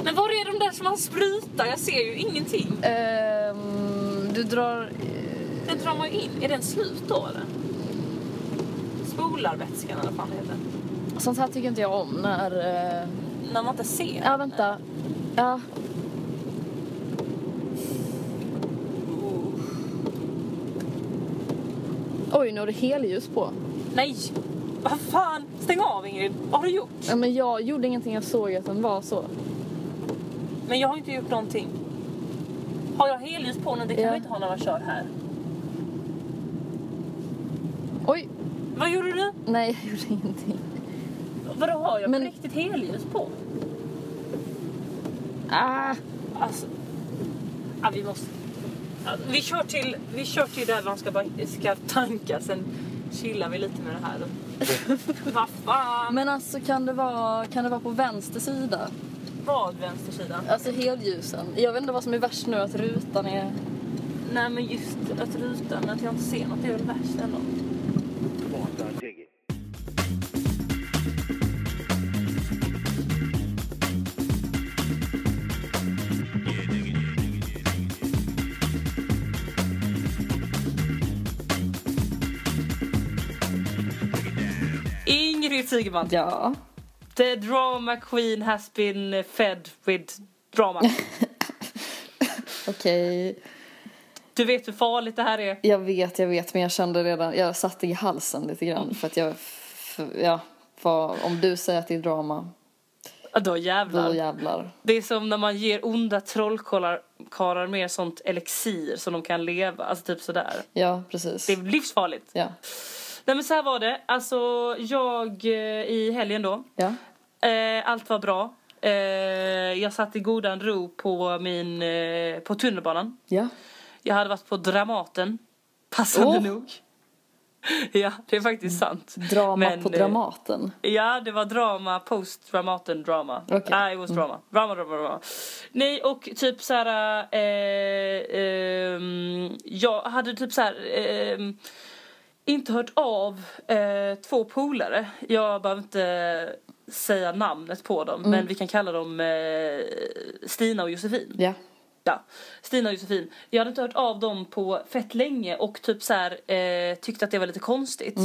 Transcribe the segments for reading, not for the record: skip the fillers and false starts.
Men var är de där som man sprutar? Jag ser ju ingenting. Du drar... Den drar man in. Är den slut då eller? Spolarvätskan eller vad fan det heter. Sånt här tycker inte jag om när... När man inte ser. Ja, vänta. Ja. Oj, nu har du helljus på. Nej! Vad fan? Stäng av, Ingrid. Vad har du gjort? Ja, men jag gjorde ingenting. Jag såg att den var så. Men jag har inte gjort någonting. Har jag helljus på nu? Det kan Ja. vi inte ha när man kör här. Oj. Vad gjorde du? Nej, jag gjorde ingenting. Vadå, har jag Men- på riktigt helljus på? Alltså... Ja, vi måste... Ja, vi kör till där man ska tanka. Sen chillar vi lite med det här. Vad fan? Men alltså kan det vara på vänster sida? Vad vänster sida? Alltså helljusen. Jag vet inte vad som är värst nu, att rutan är... Nej, men just att rutan, att jag inte ser något, det är väl värst ändå. Ingrid Sigeman. Ja. The drama queen has been fed with drama. Okej. Du vet hur farligt det här är. Jag vet, men jag kände redan... Jag satte i halsen lite grann. För att om du säger att det är drama, Ja, då jävlar. då jävlar. Det är som när man ger onda trollkarlar mer sånt elixir som de kan leva. Alltså typ sådär. Ja, precis. Det är livsfarligt. Ja. Nej, men så här var det. Alltså jag i helgen då. Ja. Allt var bra. Jag satt i godan ro på tunnelbanan. Ja. Jag hade varit på Dramaten. Passande Åh. nog. Ja, det är faktiskt sant. Drama Men, på Dramaten. Ja, det var drama, post-Dramaten drama. Okej. It was drama. Drama. Nej, och typ så här... jag hade typ så här... inte hört av 2 polare. Jag behöver inte säga namnet på dem. Men vi kan kalla dem Stina och Josefin. Ja. Ja, Stina och Josefin. Jag hade inte hört av dem på fett länge. Och typ så här tyckte att det var lite konstigt.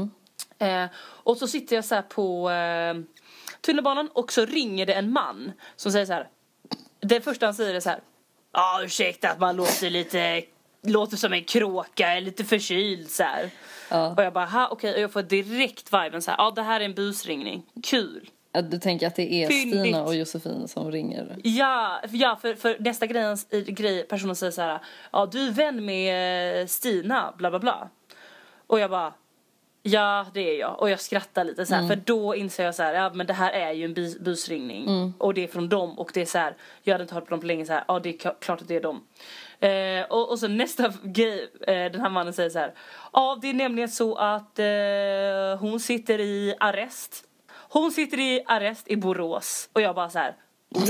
Och så sitter jag så här på tunnelbanan. Och så ringer det en man som säger så här. Det första han säger är så här: ja, ursäkta att man låter som en kråka, är lite förkyld så här. Ja. Och jag bara, okej. Och jag får direkt viben så här: ja, det här är en busringning. Kul. Du tänker att det är Fyndigt. Stina och Josefin som ringer? Ja, för nästa grej personen säger så här: ja, du är vän med Stina, bla bla bla. Och jag bara, ja, det är jag. Och jag skrattar lite så här, för då inser jag så här: ja, men det här är ju en busringning. Och det är från dem. Och det är så här, jag hade inte hört på dem på länge så här, ja, det är klart att det är dem. Och så nästa grej, den här mannen säger så här: ja, det är nämligen så att hon sitter i arrest. Hon sitter i arrest i Borås. Och jag bara så här: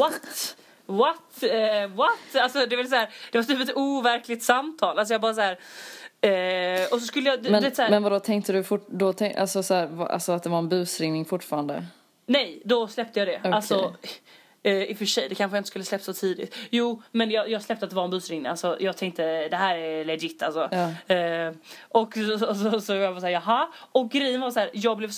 what? Alltså det var så här, det var typ ett overkligt samtal. Alltså jag bara så här, och så skulle jag men vadå, tänkte du alltså att det var en busringning fortfarande? Nej, då släppte jag det. Okay. Alltså i och för sig, det kanske jag inte skulle släppt så tidigt. Jo, men jag släppte att det var en busringning. Alltså jag tänkte, det här är legit alltså. Ja. Och så jag var så här, jaha. Och grejen var så här, jag blev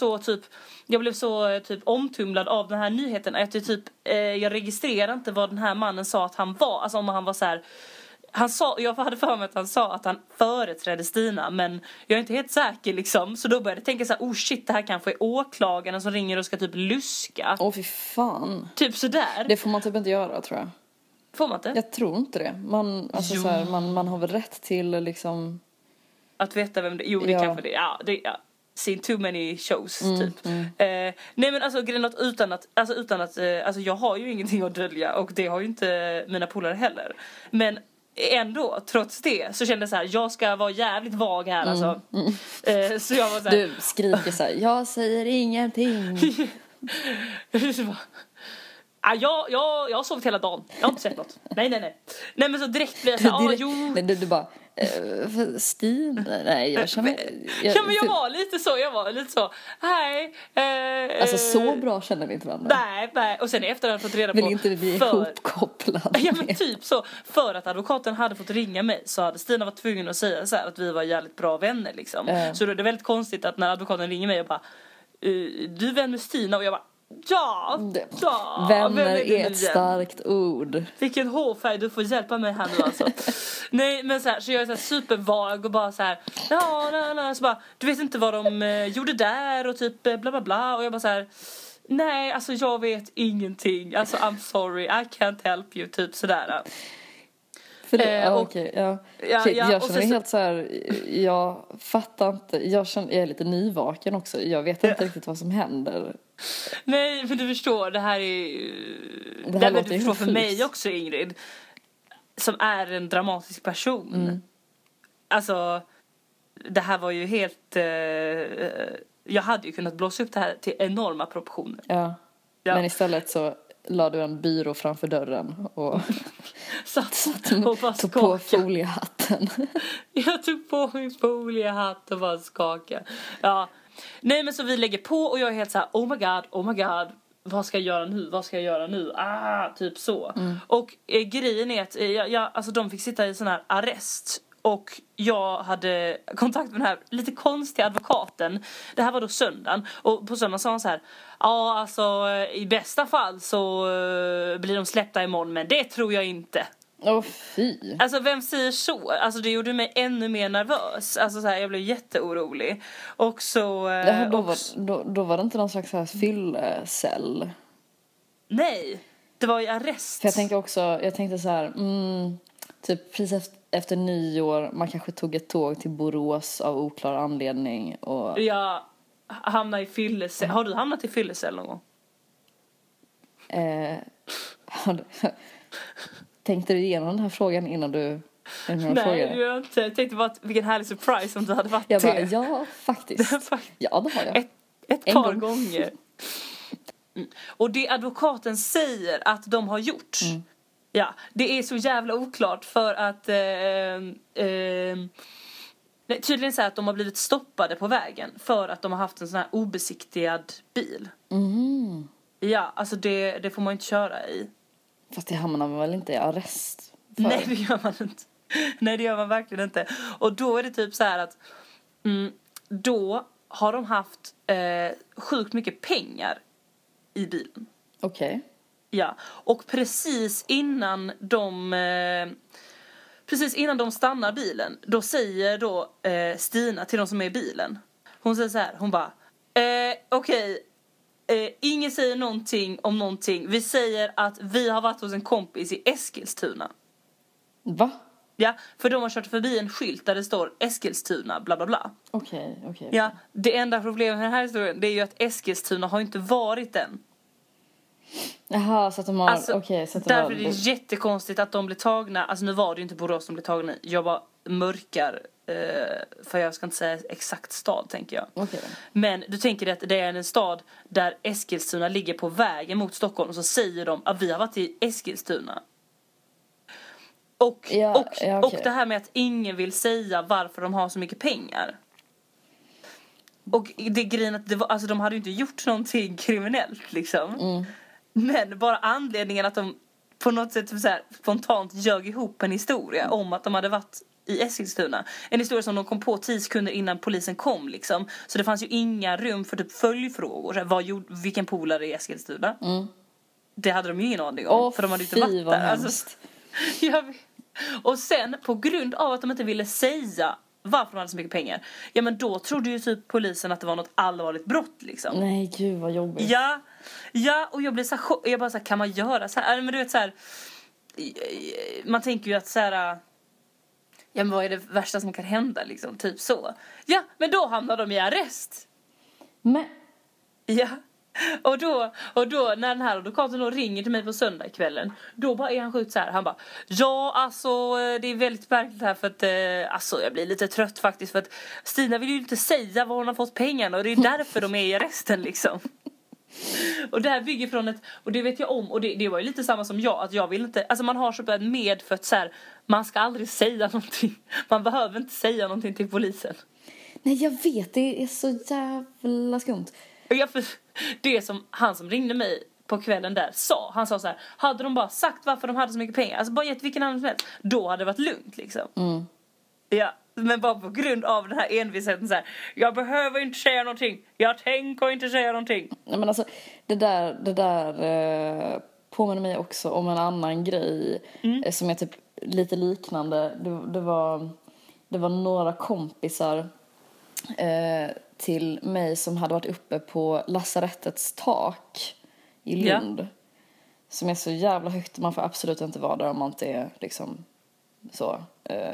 så typ omtumlad av den här nyheten att jag registrerade inte vad den här mannen sa att han var. Alltså om han var så här, jag hade för mig att han sa att han företrädde Stina, men jag är inte helt säker liksom. Så då började jag tänka så här: oh shit, det här kanske är åklagaren som ringer och ska typ luska. Fy fan. Typ sådär. Det får man typ inte göra, tror jag. Får man inte? Jag tror inte det. Man har väl rätt till liksom... Att veta vem det är. Jo, det kanske det är. Ja, ja. Seen too many shows typ. Nej, men alltså grejen att utan att jag har ju ingenting att dölja, och det har ju inte mina polare heller. Men ändå, trots det, så kände jag så här: jag ska vara jävligt vag här alltså. Så jag var så här, du skriker så här: jag säger ingenting. Jag har sovit hela dagen. Jag har inte sett något. Nej. Nej, men så direkt blir jag så här, jo. Nej, du bara, Stina, nej, jag känner... Ja, men jag var lite så, hej. Alltså så bra känner vi inte varandra. Nej. Och sen efter att jag fått reda på... Vill inte bli ihopkopplad. Ja, men typ så. För att advokaten hade fått ringa mig så hade Stina varit tvungen att säga så här att vi var jävligt bra vänner liksom. Så då är det väldigt konstigt att när advokaten ringer mig och bara, du är vän med Stina, och jag bara, ja. Vänner är ett starkt ord. Vilken hårfärg, du får hjälpa mig här nu alltså. Nej, men så jag är så här supervag och bara så här, så bara, du vet inte vad de gjorde där och typ bla bla bla, och jag bara så här, nej, alltså jag vet ingenting, alltså I'm sorry, I can't help you, typ sådär. Okej, ja. Jag känner helt så här, jag fattar inte, jag är lite nyvaken också, jag vet inte riktigt vad som händer. Nej, men du förstår, det här är det här du förstår för mig också, Ingrid, som är en dramatisk person. Alltså, det här var ju helt jag hade ju kunnat blåsa upp det här till enorma proportioner. Ja. Men istället så la du en byrå framför dörren och tog på foliehatten. Jag tog på min foliehatt och bara skakade. Ja. Nej, men så vi lägger på och jag är helt så här, oh my god, vad ska jag göra nu? Typ så. Och grejen är att alltså de fick sitta i sån här arrest. Och jag hade kontakt med den här lite konstiga advokaten. Det här var då söndagen. Och på söndagen sa han så här, ja, alltså i bästa fall så blir de släppta imorgon, men det tror jag inte. Fy. Alltså vem säger så? Alltså det gjorde mig ännu mer nervös. Alltså så här, jag blev jätteorolig. Och så... Då var det inte någon slags så här fyllecell. Nej, det var i arrest. För jag tänkte så här, typ precis efter nyår, man kanske tog ett tåg till Borås av oklar anledning. Och... Jag hamnade i fyllecell. Har du hamnat i fyllecell någon gång? Tänkte du igenom den här frågan innan du... Nej, du har inte. Jag tänkte bara vilken härlig surprise om du hade varit. Jag bara, ja, faktiskt. Ja, det har jag. Ett par gånger. Och det advokaten säger att de har gjort... Ja, det är så jävla oklart för att tydligen så här att de har blivit stoppade på vägen för att de har haft en sån här obesiktigad bil. Ja, alltså det får man inte köra i. Fast det hamnar man väl inte i arrest för? Nej, det gör man inte. Nej, det gör man verkligen inte. Och då är det typ så här att då har de haft sjukt mycket pengar i bilen. Okej. Ja, och precis innan de stannar bilen, då säger då Stina till de som är i bilen. Hon säger så här, hon bara, okej, ingen säger någonting om någonting. Vi säger att vi har varit hos en kompis i Eskilstuna. Va? Ja, för de har kört förbi en skylt där det står Eskilstuna, bla bla bla. Okej. Ja, det enda problemet med den här historien, det är ju att Eskilstuna har inte varit än. Jaha, så att de har... Alltså, så att därför är det jättekonstigt att de blir tagna. Alltså nu var det ju inte Borås som blev tagna. Jag bara mörkar. För jag ska inte säga exakt stad, tänker jag. Okay. Men du tänker att det är en stad där Eskilstuna ligger på vägen mot Stockholm. Och så säger de att vi har varit i Eskilstuna. Och det här med att ingen vill säga varför de har så mycket pengar. Och det grejen att alltså de hade ju inte gjort någonting kriminellt liksom. Men bara anledningen att de på något sätt så här, spontant ljög ihop en historia om att de hade varit i Eskilstuna. En historia som de kom på 10 sekunder innan polisen kom liksom. Så det fanns ju inga rum för typ följdfrågor. Vilken polare i Eskilstuna? Det hade de ju ingen aning om. För de hade inte varit där. Alltså, och sen på grund av att de inte ville säga varför de hade så mycket pengar. Ja, men då trodde ju typ polisen att det var något allvarligt brott liksom. Nej, gud vad jobbigt. Ja, och jag blev så här, jag bara så här, kan man göra så här? Men du vet så här, man tänker ju att så här, ja, men vad är det värsta som kan hända liksom, typ så. Ja, men då hamnar de i arrest. Men ja. Och då när den här advokaten då ringer till mig på söndagskvällen, då bara är han sjukt så här. Han bara, ja alltså det är väldigt märkligt här för att alltså jag blir lite trött faktiskt för att Stina vill ju inte säga var hon har fått pengarna och det är därför de är i arresten liksom. Och det här bygger från ett, och det vet jag om, och det var ju lite samma som jag, att jag vill inte, alltså man har så ett medfött så här, man ska aldrig säga någonting, man behöver inte säga någonting till polisen. Nej, jag vet, det är så jävla skumt. Det som han som ringde mig på kvällen där sa, han sa så här, hade de bara sagt varför de hade så mycket pengar, alltså bara gett vilken annan som helst, då hade det varit lugnt liksom. Ja, men bara på grund av den här envisheten så här, jag behöver inte säga någonting, jag tänker inte säga någonting. Nej, men alltså, det där påminner mig också om en annan grej som är typ lite liknande. Det var några kompisar till mig som hade varit uppe på lasarettets tak i Lund. Som är så jävla högt, man får absolut inte vara där om man inte är liksom så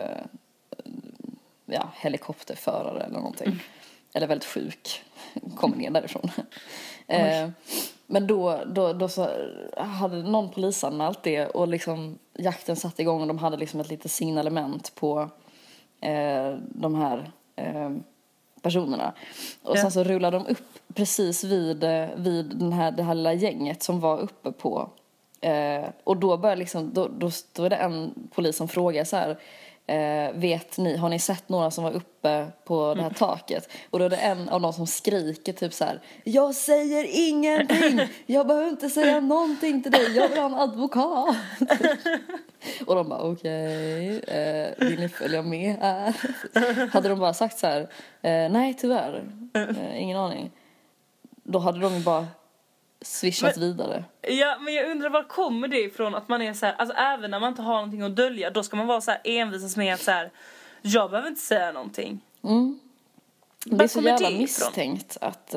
helikopterförare eller någonting. Eller väldigt sjuk. Kommer ner därifrån. Men då så hade någon polis anmält det och liksom jakten satte igång och de hade liksom ett litet signalement på de här personerna. Och sen så rullade de upp precis vid det här lilla gänget som var uppe på. Och då började liksom, då är det en polis som frågar så här, har ni sett några som var uppe på det här taket? Och då är det en av dem som skriker typ så här, jag säger ingenting, jag behöver inte säga någonting till dig, jag vill ha en advokat. Och de bara okej, vill ni följa med här? Hade de bara sagt så här, nej tyvärr, ingen aning, då hade de ju bara swishat vidare. Ja, men jag undrar var kommer det ifrån att man är så här, alltså även när man inte har någonting att dölja, då ska man vara så här envisas med att så här, jag behöver inte säga någonting. Det är så jävla misstänkt att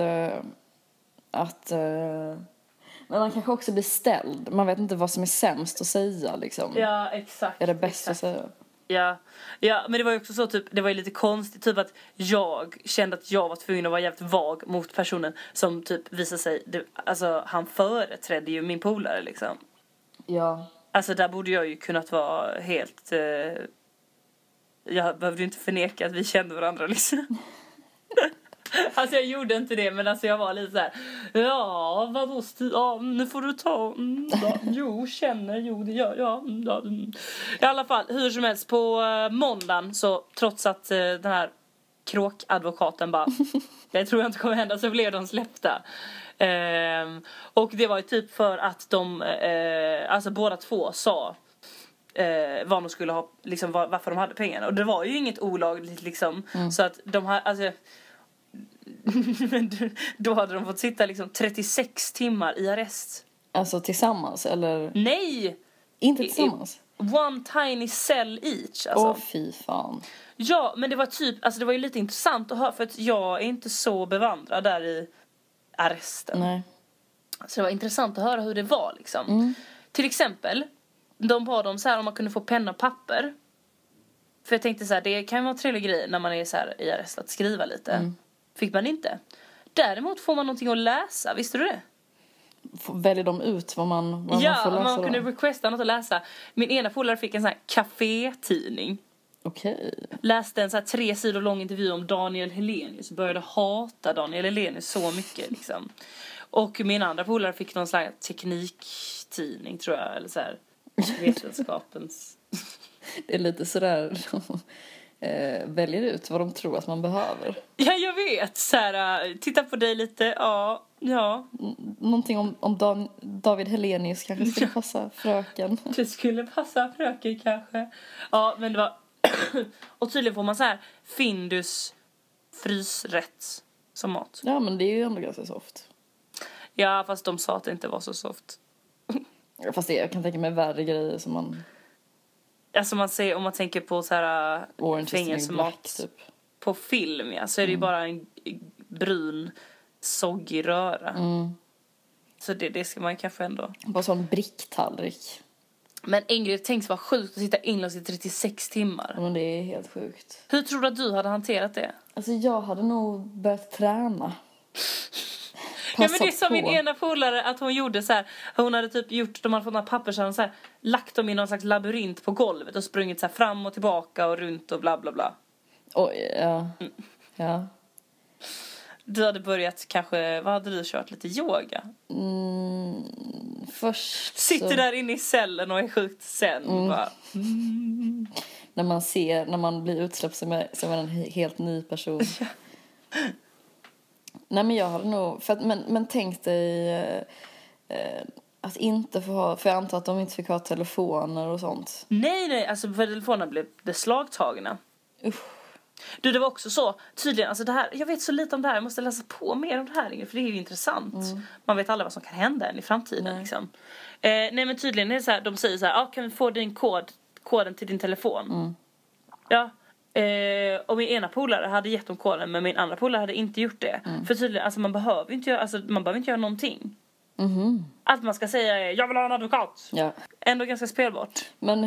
men man kanske också blir ställd. Man vet inte vad som är sämst att säga liksom. Ja, exakt. Är det bäst att säga? Ja, men det var ju också så typ, det var ju lite konstigt typ att jag kände att jag var tvungen att vara jävligt vag mot personen som typ visade sig, alltså han företrädde ju min polare liksom. Ja. Alltså där borde jag ju kunnat vara helt jag behövde ju inte förneka att vi kände varandra liksom. Alltså jag gjorde inte det, men alltså jag var lite så här, ja, vadå, nu får du ta, det gör jag. I alla fall, hur som helst, på måndagen så, trots att den här kråkadvokaten bara, det tror jag inte kommer hända, så blev de släppta. Och det var ju typ för att de, alltså båda två sa vad de skulle ha, liksom varför de hade pengarna. Och det var ju inget olagligt liksom, så att de här, alltså då hade de fått sitta liksom 36 timmar i arrest. Alltså tillsammans eller? Nej! Inte tillsammans? One tiny cell each alltså. Åh fy fan. Ja, men det var typ, alltså det var ju lite intressant att höra, för att jag är inte så bevandrad där i arresten. Nej. Så det var intressant att höra hur det var liksom. Till exempel, de bad dem så här om man kunde få penna och papper. För jag tänkte så här, det kan ju vara en trevlig grej när man är så här i arrest att skriva lite. Fick man inte. Däremot får man någonting att läsa, visste du det? Väljer de ut vad man får läsa? Ja, man kunde requesta något att läsa. Min ena polare fick en sån här kafétidning. Okej. Läste en så här 3 sidor lång intervju om Daniel Hellenius. Började hata Daniel Hellenius så mycket liksom. Och min andra polare fick någon slags tekniktidning tror jag. Eller så här vetenskapens. Det är lite sådär väljer ut vad de tror att man behöver. Ja, jag vet. Så här, titta på dig lite. Ja. Någonting om David Hellenius kanske skulle passa fröken. Det skulle passa fröken kanske. Ja, men det var och tydligen får man så här Findus frysrätt som mat. Ja, men det är ju ändå ganska soft. Ja, fast de sa att det inte var så soft. Fast jag kan tänka mig värre grejer som man... Alltså man ser, om man tänker på så här fängelsemat typ. På film, ja, så är det ju bara en brun soggig röra. Så det ska man kanske ändå... Bara sån bricktallrik. Men Ingrid, tänk så vad sjukt att sitta inlåst i 36 timmar. Men det är helt sjukt. Hur tror du att du hade hanterat det? Alltså jag hade nog börjat träna. Ja, men det är som min ena polare att hon gjorde så här. Hon hade typ gjort, de hade fått några papper så här, lagt dem i någon slags labyrint på golvet och sprungit så här fram och tillbaka och runt och bla bla bla. Oj, ja. Ja. Du hade börjat kanske, vad hade du kört? Lite yoga? Först Sitter där inne i cellen och är sjukt sen. Bara, När man blir utsläppt som en helt ny person. Nej, men jag hade nog... Men tänk dig att inte få ha... För jag antar att de inte fick ha telefoner och sånt. Nej, alltså för telefonerna blev beslagtagna. Du, det var också så, tydligen, alltså det här, jag vet så lite om det här, jag måste läsa på mer om det här, för det är ju intressant. Man vet aldrig vad som kan hända än i framtiden. Liksom. Nej, men tydligen är det så här, de säger så här, kan vi få din koden till din telefon? Ja. Och min ena polare hade gett dem koden, men min andra polare hade inte gjort det. För tydligen, alltså man behöver inte göra någonting. Allt man ska säga är, jag vill ha en advokat. Ja. Ändå ganska spelbart. Men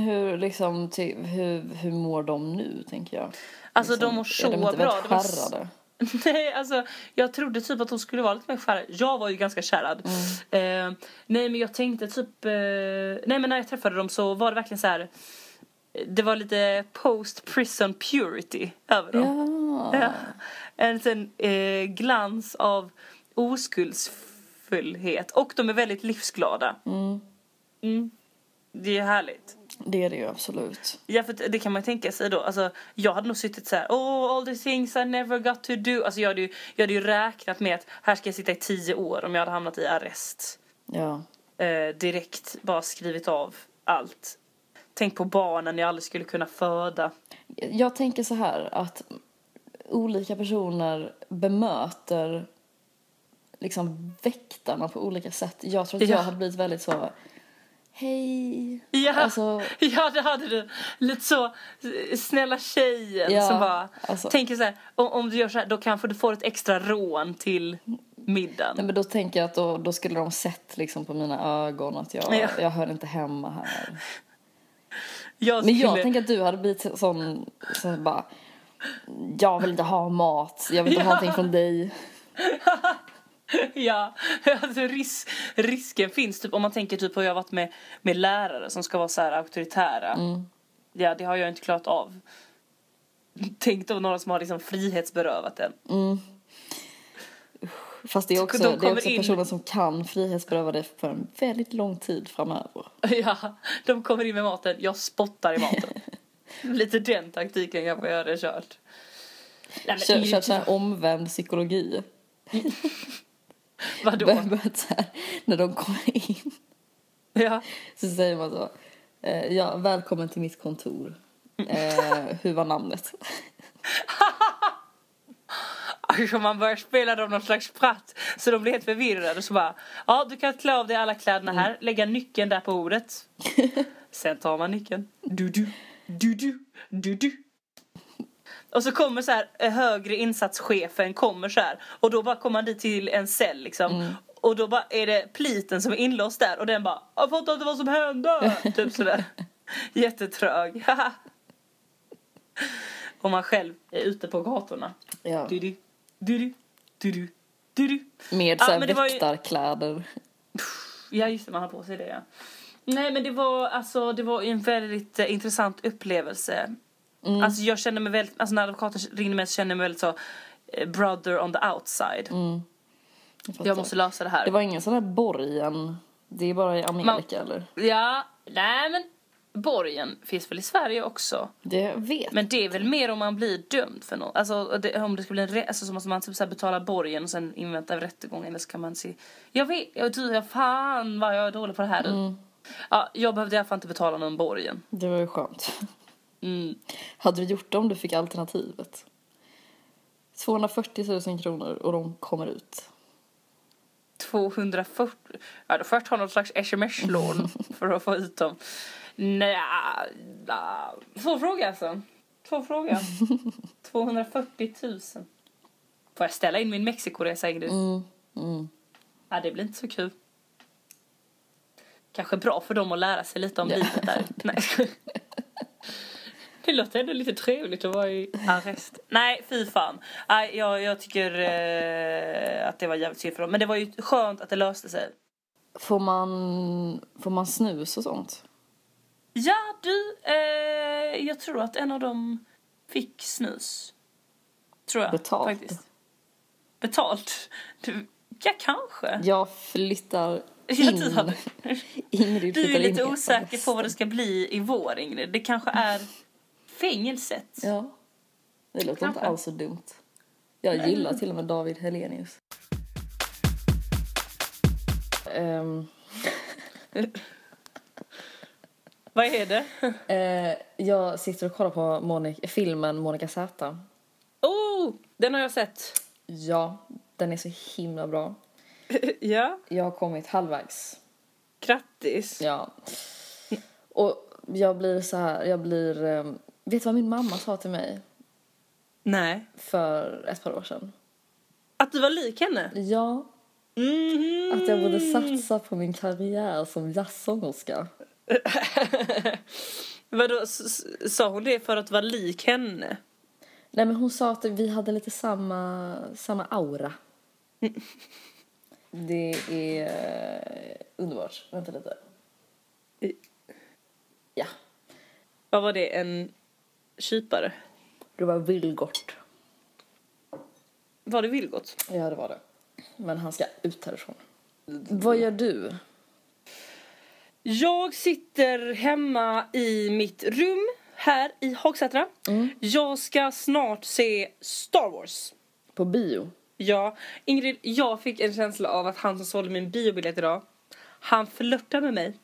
hur mår de nu, tänker jag? Alltså liksom, de mår så är de inte bra. väldigt skärrade? Nej, alltså jag trodde typ att de skulle vara lite mer skärrade. Jag var ju ganska skärrad. Nej, men jag tänkte typ nej, men när jag träffade dem så var det verkligen så här. Det var lite post-prison purity över dem. Ja. En sån glans av oskuldsfullhet. Och de är väldigt livsglada. Det är härligt. Det är det ju absolut. Ja, för det kan man tänka sig då. Alltså, jag hade nog suttit så här, all the things I never got to do. Alltså jag hade ju räknat med att här ska jag sitta i 10 år om jag hade hamnat i arrest. Ja. Direkt bara skrivit av allt. Tänk på barnen jag aldrig skulle kunna föda. Jag tänker så här att olika personer bemöter liksom väktarna på olika sätt. Jag tror att jag hade blivit väldigt så, hej. Ja, alltså, ja, det hade du. Lite så snälla tjejen som bara tänker så här, om du gör så här, då kanske du får ett extra rån till middagen. Nej, men då tänker jag att då skulle de sett liksom på mina ögon att jag hör inte hemma här. Men jag tänker att du hade blivit sån bara, jag vill inte ha mat, jag vill inte ha någonting från dig. Ja, alltså risken finns typ om man tänker typ på hur jag har varit med lärare som ska vara så här auktoritära. Ja, det har jag inte klarat av. Tänk då några som har liksom frihetsberövat den. Fast det är också personer som kan frihetsberöva dig för en väldigt lång tid framöver. Ja, de kommer in med maten, jag spottar i maten. Lite den taktiken jag får göra det kört. Kör så här omvänd psykologi. Vadå? När de kommer in så säger man så, välkommen till mitt kontor. Hur var namnet? Alltså man börjar spela dem någon slags pratt så de blir helt förvirrade och så bara, du kan klä av dig alla kläderna här, lägga nyckeln där på ordet. Sen tar man nyckeln. Du. Och så kommer så här högre insatschefen kommer så här och då bara kommer man dit till en cell liksom. Och då bara är det pliten som är inlåst där och den bara, jag fattar inte vad som hände. Typ sådär. Jättetrög. Och man själv är ute på gatorna. Ja. Du. Med så här väktarkläder. Ja, just det, man har på sig det, ja. Nej, men det var en väldigt intressant upplevelse. Alltså jag kände mig väldigt, alltså när advokaten ringde mig så kände jag mig väldigt så brother on the outside. Jag måste lösa det här. Det var ingen sån här borgen. Det är bara i Amerika eller? Ja, nej men borgen finns väl i Sverige också. Det vet. Men det är väl mer om man blir dömd för något. Alltså om det ska bli så måste man typ så här betala borgen och sen invänta rättegång eller så kan man se. Jag vet, fan vad jag är dålig på det här. Ja, jag behövde i alla fall inte betala någon borgen. Det var ju skönt. Hade du gjort det om du fick alternativet? 240 000 kronor och de kommer ut. 240? Ja, då först har någon slags sms-lån för att få ut dem. Nej, två frågor alltså. 240 000. Får jag ställa in min Mexikoresa, Ingrid? Ja, det blir inte så kul. Kanske bra för dem att lära sig lite om livet där. Nej. Det låter ändå lite trevligt att vara i arrest. Nej, fy fan. Nej, jag tycker att det var jävligt synd för dem. Men det var ju skönt att det löste sig. Får man snus och sånt? Ja, jag tror att en av dem fick snus. Tror jag. Betalt? Faktiskt. betalt. Ja, kanske. Jag flyttar in. Ingrid Du flyttar är lite in osäker på vad det ska bli i vår, Ingrid. Det kanske är fängelset. Ja, det låter inte alls så dumt. Jag gillar till och med David Hellenius. Vad är det? Jag sitter och kollar på filmen Monica Z. Oh, den har jag sett. Ja, den är så himla bra. Ja. Jag har kommit halvvägs. Grattis. Ja. Och jag blir så här, vet du vad min mamma sa till mig? Nej. För ett par år sedan. Att du var lik henne? Ja. Mm-hmm. Att jag borde satsa på min karriär som jazzsångerska. Vadå, sa hon det för att vara lik henne? Nej, men hon sa att vi hade lite samma aura. Det är underbart. Vänta lite. Ja. Vad var det? En kypare? Det var Vilgott. Var det Vilgott? Ja, det var det. Men han ska ut härifrån. Vad gör du? Jag sitter hemma i mitt rum här i Hagsätra. Jag ska snart se Star Wars. På bio? Ja, Ingrid, jag fick en känsla av att han som sålde min biobiljett idag, han flörtar med mig.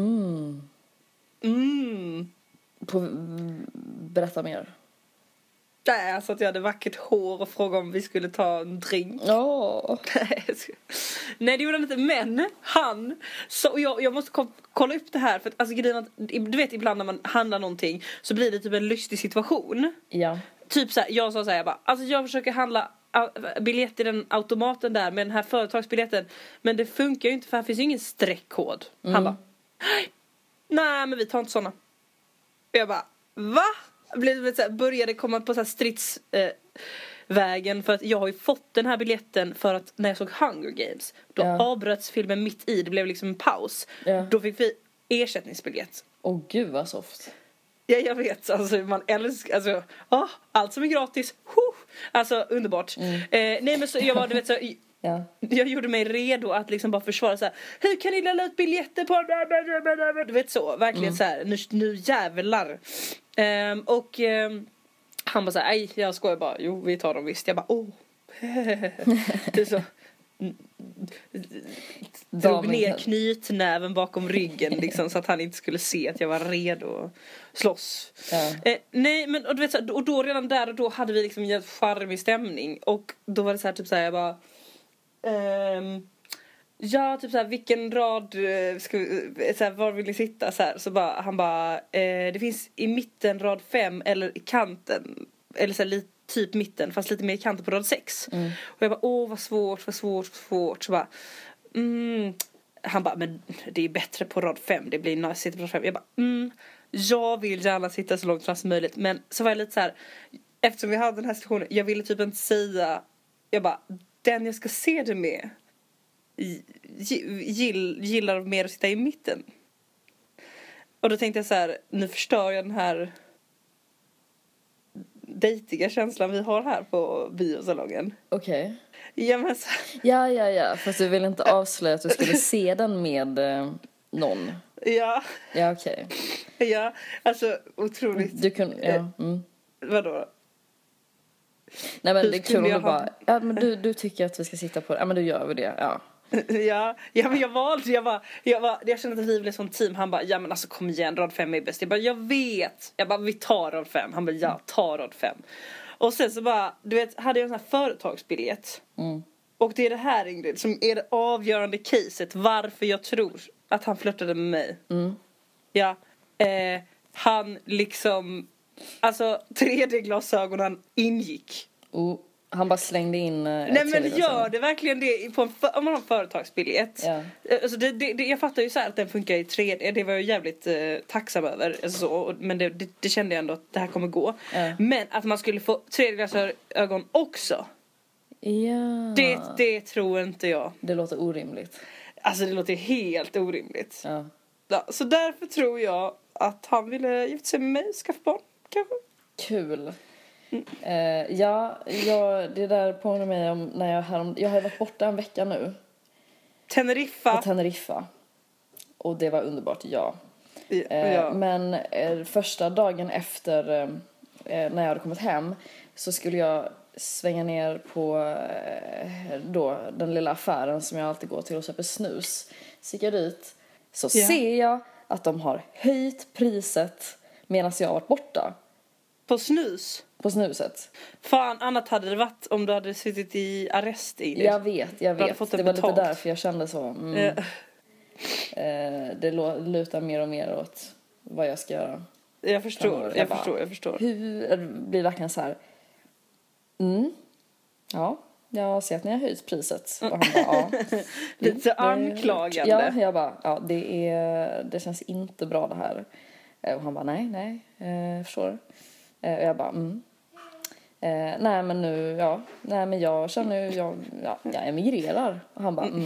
Berätta mer. Nej, alltså att jag hade vackert hår och frågade om vi skulle ta en drink. Nej, det gjorde han inte. Men han, så jag måste kolla upp det här. För att, alltså, grejen att, du vet, ibland när man handlar någonting så blir det typ en lustig situation. Ja. Typ så här, jag sa så här, jag bara, alltså jag försöker handla biljett i den automaten där med den här företagsbiljetten. Men det funkar ju inte för här finns ju ingen streckkod. Han bara, nej men vi tar inte såna. Jag bara, va? Började komma på så här stridsvägen för att jag har ju fått den här biljetten för att när jag såg Hunger Games då avbröts filmen mitt i, det blev liksom en paus. Då fick vi ersättningsbiljett. Åh gud vad soft. Ja, jag vet, alltså man älskar, alltså allt som är gratis. Alltså underbart. Nej men så jag var, du vet så jag gjorde mig redo att liksom bara försvara så här. Hur kan ni lämna ut biljetter på du vet så, verkligen så här, nu jävlar. Han bara så här, nej jag skojar bara, jo vi tar dem visst. Jag bara, det är så drog ner knytnäven bakom ryggen liksom, så att han inte skulle se att jag var redo att slåss. Nej men och du vet så här, och då redan där och då hade vi liksom en charmig stämning och då var det så här typ så här, jag bara ja typ så här, vilken rad ska vi, så här, var vill ni sitta så här, så bara han bara det finns i mitten rad 5 eller i kanten eller så här, lite typ mitten fast lite mer i kanten på rad 6. Och jag bara vad svårt så bara han bara, men det är bättre på rad 5. Det blir nice att sitta på rad 5. Jag bara, jag vill gärna sitta så långt fram som möjligt. Men så var jag lite så här, eftersom vi hade den här situationen, jag ville typ inte säga, jag bara, den jag ska se det med gillar mer att sitta i mitten. Och då tänkte jag så här, nu förstör jag den här dejtiga känslan vi har här på biosalongen. Okej. Ja, men så... Ja. Fast du vill inte avslöja att du skulle se den med någon. Ja. Ja, okej. Ja, alltså otroligt. Du kunde, Vadå då? Nej men det är kul om du bara, ja men du tycker att vi ska sitta på det. Ja men då gör vi det, ja. Ja men jag valde, jag kände att vi blev som team. Han bara, ja men alltså kom igen, rad 5 är bäst. Jag bara, jag vet. Jag bara, vi tar rad 5. Han bara, ja, ta rad 5. Och sen så bara, du vet, hade jag en sån här företagsbiljett. Och det är det här, Ingrid, som är det avgörande caset varför jag tror att han flörtade med mig. Ja, han liksom, alltså 3D-glasögonen ingick. Han bara slängde in nej men gör det verkligen det på om man har en företagsbiljett. Alltså jag fattar ju så här att den funkar i 3D. Det var jag jävligt tacksam över alltså, men det kände jag ändå att det här kommer gå. Men att man skulle få 3D-glasögon också. Ja. Det tror inte jag. Det låter orimligt. Alltså det låter helt orimligt. Ja, så därför tror jag att han ville gifta sig med mig och skaffa barn kanske. Kul. Det där påminner mig om när jag har varit borta en vecka nu. Teneriffa. På Teneriffa. Och det var underbart, ja. Men första dagen efter när jag hade kommit hem så skulle jag svänga ner på då den lilla affären som jag alltid går till och köper snus. Så gick jag dit, så ser jag att de har höjt priset medan jag har varit borta. På snus? På snuset. Fan, annat hade det varit om du hade suttit i arrest i. Jag vet. Det var lite därför jag kände så. Det lutar mer och mer åt vad jag ska göra. Jag förstår. Hur blir verkligen så här. Ja, jag ser att ni har höjt priset. Och han bara, lite anklagande. Ja, jag bara, det känns inte bra det här. Och han bara, nej, förstår. Och jag bara, nej men jag känner ju, jag emigrerar. Och han bara,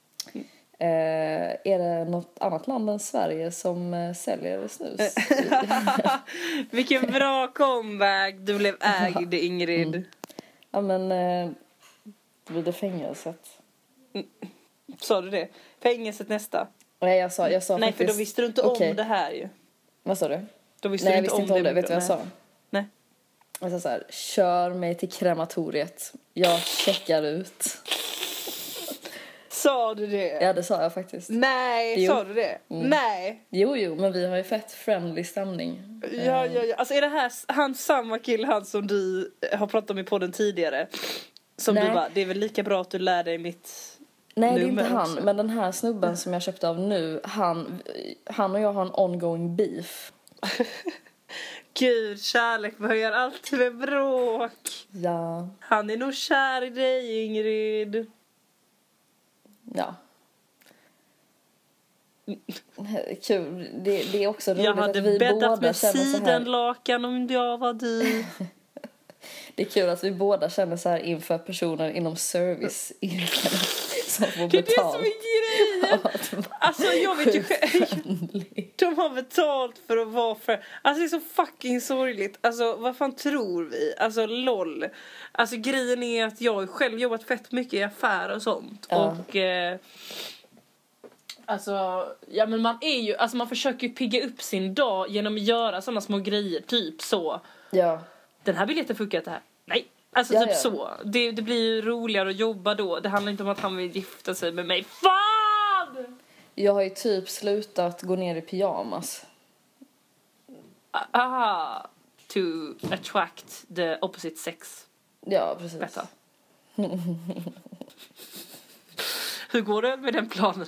är det något annat land än Sverige som säljer snus? Vilken bra comeback. Du blev ägd, Ingrid. Ja, men det blir det fängelset. Sa du det? Fängelset nästa? Nej, jag sa nej, faktiskt... för då visste du inte om det här ju. Vad sa du? Då visste jag visste inte om det. Vet du vad jag sa? Nej. Jag sa så här, kör mig till krematoriet. Jag checkar ut. Sa du det? Ja, det sa jag faktiskt. Nej, sa du det? Nej. Jo, men vi har ju fett friendly stämning. Ja. Alltså är det här samma kille, han som du har pratat om i podden tidigare? Som du bara, det är väl lika bra att du lär dig mitt Nej, nummer. det är inte han. Också. Men den här snubben som jag köpte av nu, han och jag har en ongoing beef. Gud, kärlek börjar alltid med bråk. Ja. Han är nog kär i dig, Ingrid. Ja. Kul. Det är också roligt att vi båda känner så här. Jag hade bäddat med sidenlakan om jag var du. Det är kul att vi båda känner så här inför personer inom serviceyrken som får betalt. Det är det som är grejen. Alltså jag vet ju själv. De har betalt för att vara för. Alltså det är så fucking sorgligt. Alltså vad fan tror vi? Alltså LOL. Alltså grejen är att jag har själv jobbat fett mycket i affärer och sånt. Och alltså, ja men man är ju, alltså man försöker ju pigga upp sin dag genom att göra sådana små grejer, typ så. Ja. Den här biljetten funkar inte här. Nej, alltså typ så. Det blir ju roligare att jobba då. Det handlar inte om att han vill gifta sig med mig. Fan! Jag har ju typ slutat gå ner i pyjamas. Aha, to attract the opposite sex. Ja, precis. Better. Hur går det med den planen?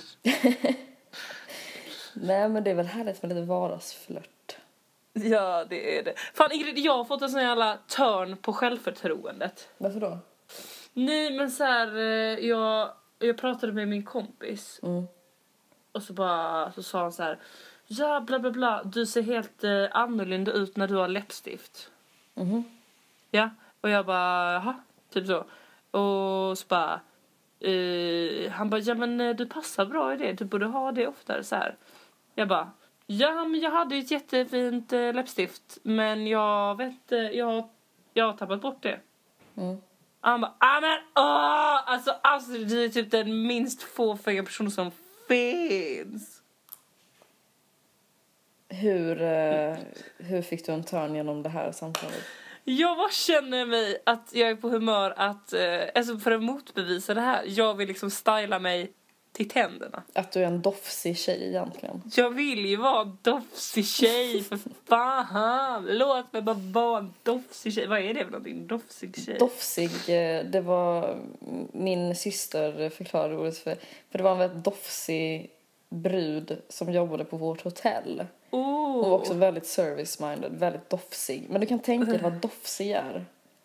Nej, men det är väl härligt med lite vardagsflört. Ja, det är det. Fan Ingrid, jag har fått en sån jävla törn på självförtroendet. Varför då? Nej, men så här, jag pratade med min kompis. Och så sa han så här: ja, bla bla bla, du ser helt annorlunda ut när du har läppstift. Ja, och jag bara, jaha, typ så. Och så bara, han bara, ja men du passar bra i det, du borde ha det oftare så här. Jag bara, ja men jag hade ett jättefint läppstift, men jag vet inte, jag har tappat bort det. Han bara, alltså det är typ den minst fåfänga person som finns. Hur fick du en törn genom det här samtalet? Jag bara känner mig att jag är på humör att, alltså för att motbevisa det här, jag vill liksom styla mig till tänderna. Att du är en dofsig tjej egentligen. Jag vill ju vara en dofsig tjej, för fan. Låt mig bara vara en dofsig tjej. Vad är det för någonting? Dofsig tjej? Dofsig, det var min syster förklarade ordet för det var en väldigt dofsig brud som jobbade på vårt hotell. Hon var också väldigt service-minded, väldigt dofsig. Men du kan tänka dig vad dofsig är.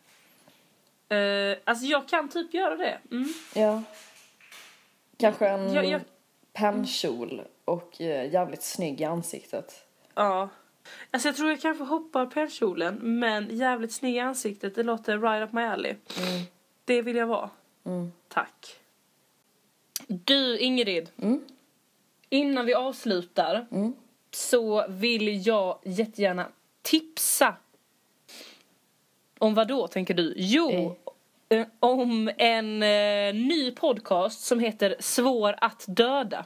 Alltså jag kan typ göra det. Ja. Kanske en pennkjol och jävligt snygg i ansiktet. Ja. Alltså jag tror jag kanske hoppar pennkjolen, men jävligt snygg i ansiktet, det låter right up my alley. Det vill jag vara. Tack. Du Ingrid. Innan vi avslutar så vill jag jättegärna tipsa Om vad då, tänker du? Jo, om en ny podcast som heter Svår att döda.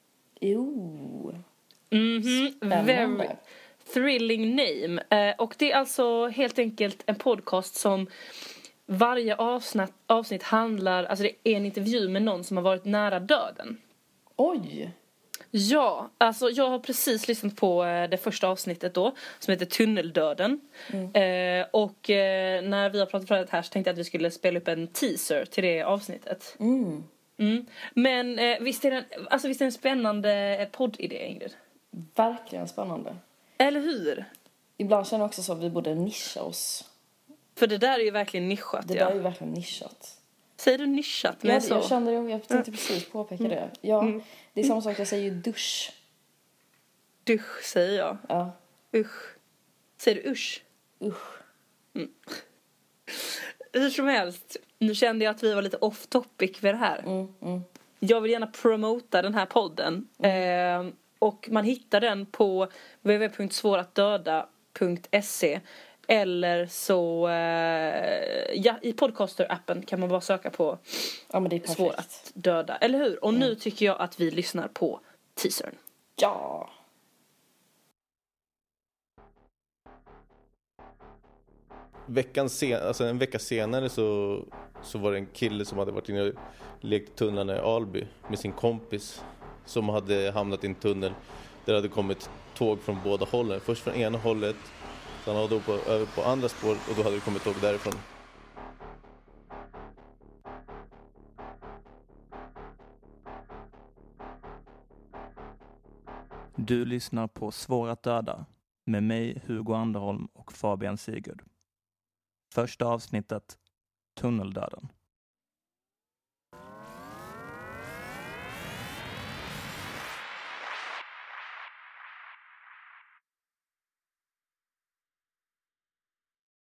Very thrilling name. Och det är alltså helt enkelt en podcast som varje avsnitt handlar, alltså det är en intervju med någon som har varit nära döden. Oj! Ja, alltså jag har precis lyssnat på det första avsnittet då, som heter Tunneldöden. Och när vi har pratat färdigt här så tänkte jag att vi skulle spela upp en teaser till det avsnittet. Men visst är det en spännande poddidé, Ingrid? Verkligen spännande. Eller hur? Ibland känner jag också så att vi borde nischa oss. För det där är ju verkligen nischat. Det där är ju verkligen nischat. Säger du nischat? Ja, jag tänkte precis påpeka det. Ja, det är samma sak, jag säger ju dusch. Dusch säger jag. Ja. Usch. Säger du usch? Usch. Hur som helst, nu kände jag att vi var lite off topic med det här. Jag vill gärna promota den här podden. Och man hittar den på www.svåratdöda.se. Eller så i podcaster-appen kan man bara söka på Svår att döda. Eller hur? Och nu tycker jag att vi lyssnar på teasern. Ja! En vecka senare så var det en kille som hade varit inne och lekt tunnlarna i Alby med sin kompis som hade hamnat i en tunnel. Där hade kommit tåg från båda hållen. Först från ena hållet, sen hade han över på andra spår och då hade det kommit tåg därifrån. Du lyssnar på Svår att döda med mig, Hugo Anderholm och Fabian Sigurd. Första avsnittet, Tunneldöden.